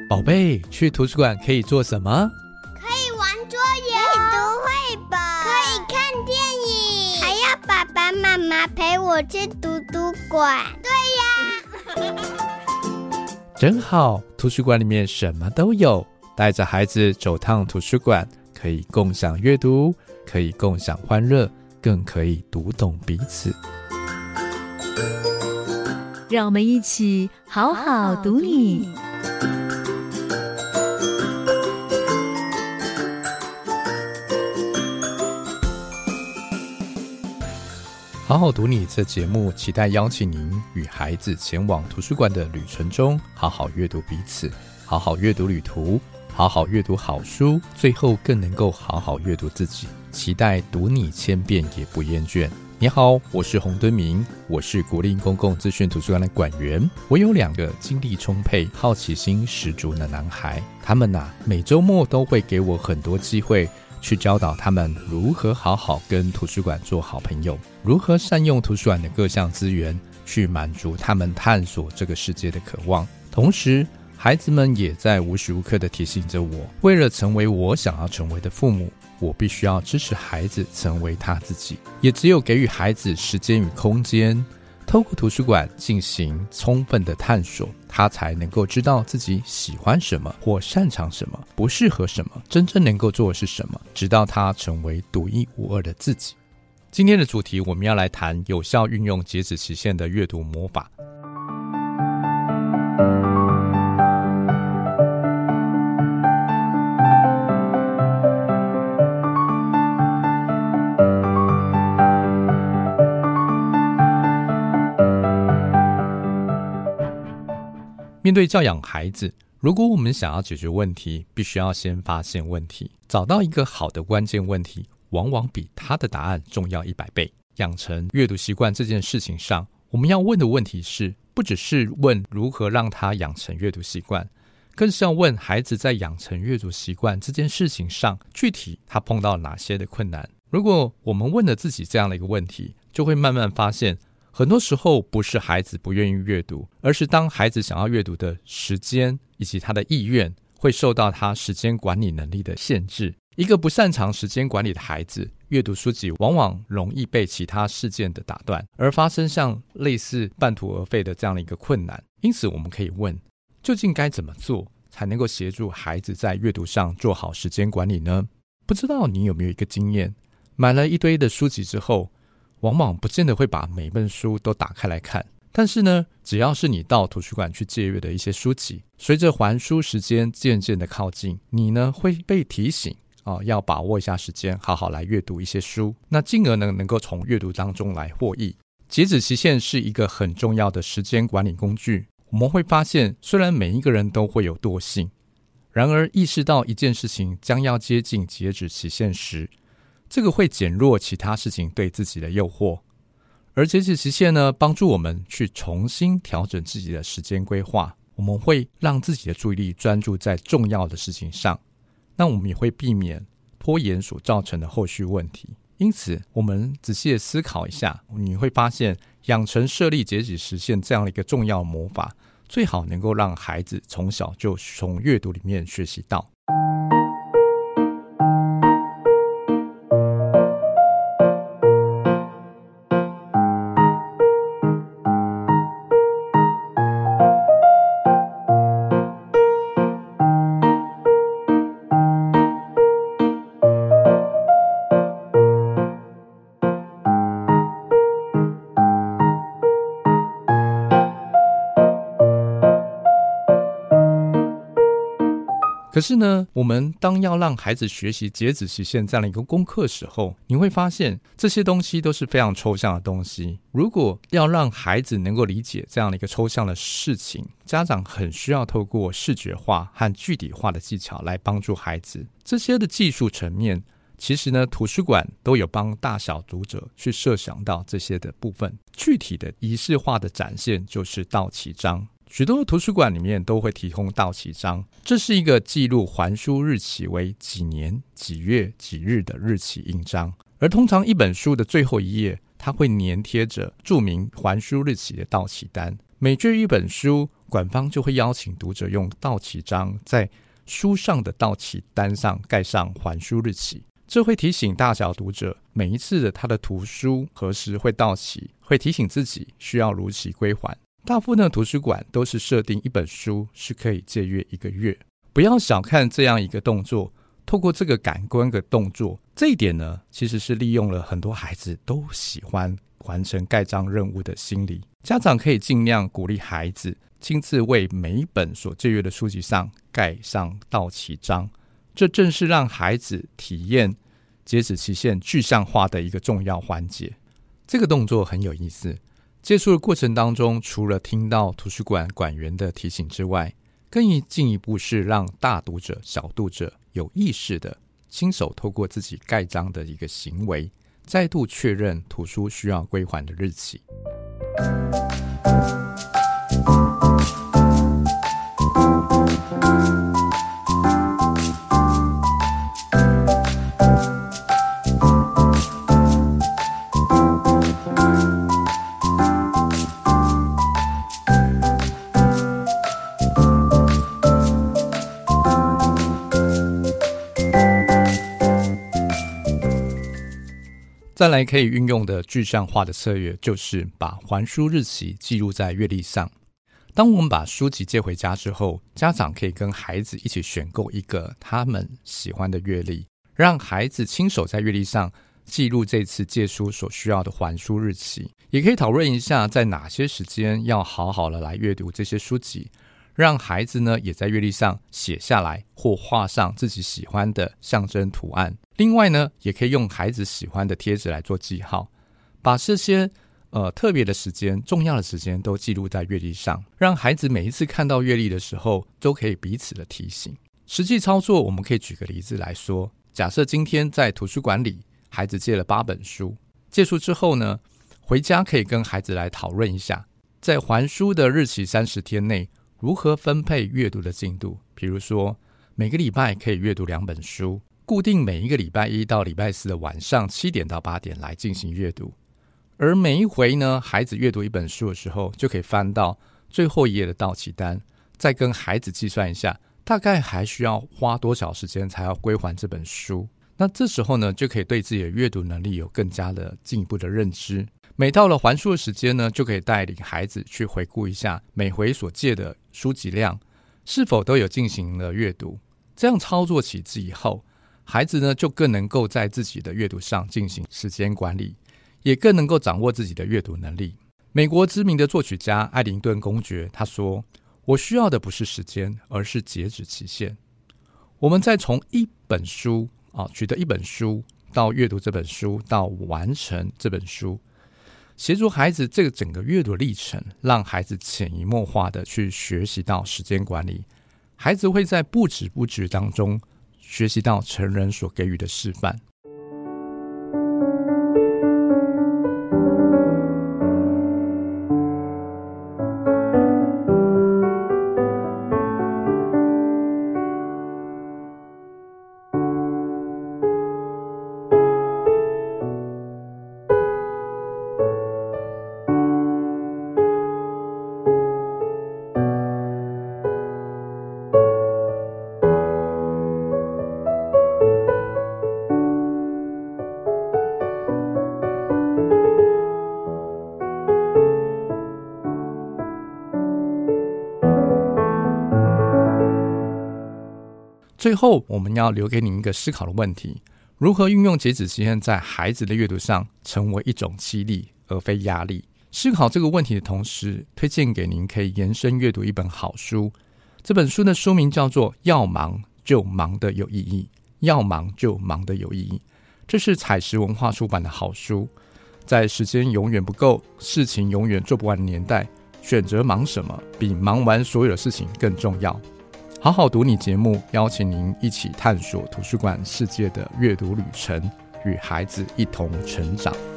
宝贝，去图书馆可以做什么？ 可以玩桌游，可以读绘本，可以看电影，还要爸爸妈妈陪我去图书馆。对呀， 真好，图书馆里面什么都有。带着孩子走趟图书馆，可以共享阅读，可以共享欢乐，更可以读懂彼此。 让我们一起好好读你。 好好读你这节目，期待邀请您与孩子前往图书馆的旅程中，好好阅读彼此，好好阅读旅途，好好阅读好书，最后更能够好好阅读自己。期待读你千遍也不厌倦。你好，我是洪敦明，我是国立公共资讯图书馆的馆员。我有2个精力充沛、好奇心十足的男孩，他们每周末都会给我很多机会去教导他们如何好好跟图书馆做好朋友，如何善用图书馆的各项资源去满足他们探索这个世界的渴望。同时孩子们也在无时无刻地提醒着我，为了成为我想要成为的父母，我必须要支持孩子成为他自己，也只有给予孩子时间与空间，透过图书馆进行充分的探索，他才能够知道自己喜欢什么或擅长什么，不适合什么，真正能够做的是什么，直到他成为独一无二的自己。今天的主题，我们要来谈有效运用截止期限的阅读魔法。面对教养孩子，如果我们想要解决问题，必须要先发现问题，找到一个好的关键问题，往往比他的答案重要100倍。养成阅读习惯这件事情上，我们要问的问题是，不只是问如何让他养成阅读习惯，更是要问孩子在养成阅读习惯这件事情上，具体他碰到哪些的困难。如果我们问了自己这样的一个问题，就会慢慢发现，很多时候不是孩子不愿意阅读，而是当孩子想要阅读的时间以及他的意愿会受到他时间管理能力的限制。一个不擅长时间管理的孩子，阅读书籍往往容易被其他事件的打断，而发生像类似半途而废的这样的一个困难。因此我们可以问，究竟该怎么做才能够协助孩子在阅读上做好时间管理呢？不知道你有没有一个经验，买了一堆的书籍之后，往往不见得会把每本书都打开来看，但是呢，只要是你到图书馆去借阅的一些书籍，随着还书时间渐渐的靠近，你呢会被提醒要把握一下时间，好好来阅读一些书，那进而呢能够从阅读当中来获益。截止期限是一个很重要的时间管理工具。我们会发现，虽然每一个人都会有惰性，然而意识到一件事情将要接近截止期限时，这个会减弱其他事情对自己的诱惑。而截止期限呢，帮助我们去重新调整自己的时间规划，我们会让自己的注意力专注在重要的事情上，那我们也会避免拖延所造成的后续问题。因此我们仔细的思考一下，你会发现养成设立截止时限这样的一个重要魔法，最好能够让孩子从小就从阅读里面学习到。可是呢，我们当要让孩子学习截止期限这样的一个功课时候，你会发现这些东西都是非常抽象的东西。如果要让孩子能够理解这样的一个抽象的事情，家长很需要透过视觉化和具体化的技巧来帮助孩子。这些的技术层面，其实呢，图书馆都有帮大小读者去设想到这些的部分。具体的仪式化的展现就是到期章。许多图书馆里面都会提供到期章，这是一个记录还书日期为几年几月几日的日期印章，而通常一本书的最后一页，它会粘贴着注明还书日期的到期单。每借一本书， 馆方就会邀请读者用到期章在书上的到期单上盖上还书日期，这会提醒大小读者每一次的他的图书何时会到期，会提醒自己需要如期归还。大部分的图书馆都是设定一本书是可以借阅1个月，不要小看这样一个动作，透过这个感官的动作，这一点呢，其实是利用了很多孩子都喜欢完成盖章任务的心理。家长可以尽量鼓励孩子亲自为每一本所借阅的书籍上盖上到期章，这正是让孩子体验截止期限具象化的一个重要环节。这个动作很有意思，借书的过程当中，除了听到图书馆馆员的提醒之外，更进一步是让大读者、小读者有意识的亲手透过自己盖章的一个行为，再度确认图书需要归还的日期。再来可以运用的具象化的策略，就是把还书日期记录在月历上。当我们把书籍借回家之后，家长可以跟孩子一起选购一个他们喜欢的月历，让孩子亲手在月历上记录这次借书所需要的还书日期，也可以讨论一下在哪些时间要好好的来阅读这些书籍，让孩子呢也在月历上写下来或画上自己喜欢的象征图案。另外呢，也可以用孩子喜欢的贴纸来做记号，把这些特别的时间、重要的时间都记录在月历上，让孩子每一次看到月历的时候都可以彼此的提醒。实际操作我们可以举个例子来说，假设今天在图书馆里孩子借了8本书，借书之后呢，回家可以跟孩子来讨论一下，在还书的日期30天内如何分配阅读的进度。比如说每个礼拜可以阅读2本书，固定每一个礼拜1到礼拜4的晚上7点到8点来进行阅读。而每一回呢，孩子阅读1本书的时候，就可以翻到最后一页的到期单，再跟孩子计算一下大概还需要花多少时间才要归还这本书。那这时候呢，就可以对自己的阅读能力有更加的进一步的认知。每到了还书的时间呢，就可以带领孩子去回顾一下每回所借的书籍量是否都有进行了阅读。这样操作起之以后，孩子呢就更能够在自己的阅读上进行时间管理，也更能够掌握自己的阅读能力。美国知名的作曲家艾灵顿公爵他说，我需要的不是时间，而是截止期限。我们再从一本书取得一本书到阅读这本书到完成这本书，协助孩子这个整个阅读历程，让孩子潜移默化的去学习到时间管理。孩子会在不知不觉当中学习到成人所给予的示范。最后我们要留给您一个思考的问题，如何运用截止期限在孩子的阅读上成为一种激励而非压力。思考这个问题的同时，推荐给您可以延伸阅读一本好书。这本书的书名叫做要忙就忙得有意义，要忙就忙得有意义。这是采实文化出版的好书。在时间永远不够、事情永远做不完的年代，选择忙什么比忙完所有的事情更重要。好好读你节目邀请您一起探索图书馆世界的阅读旅程，与孩子一同成长。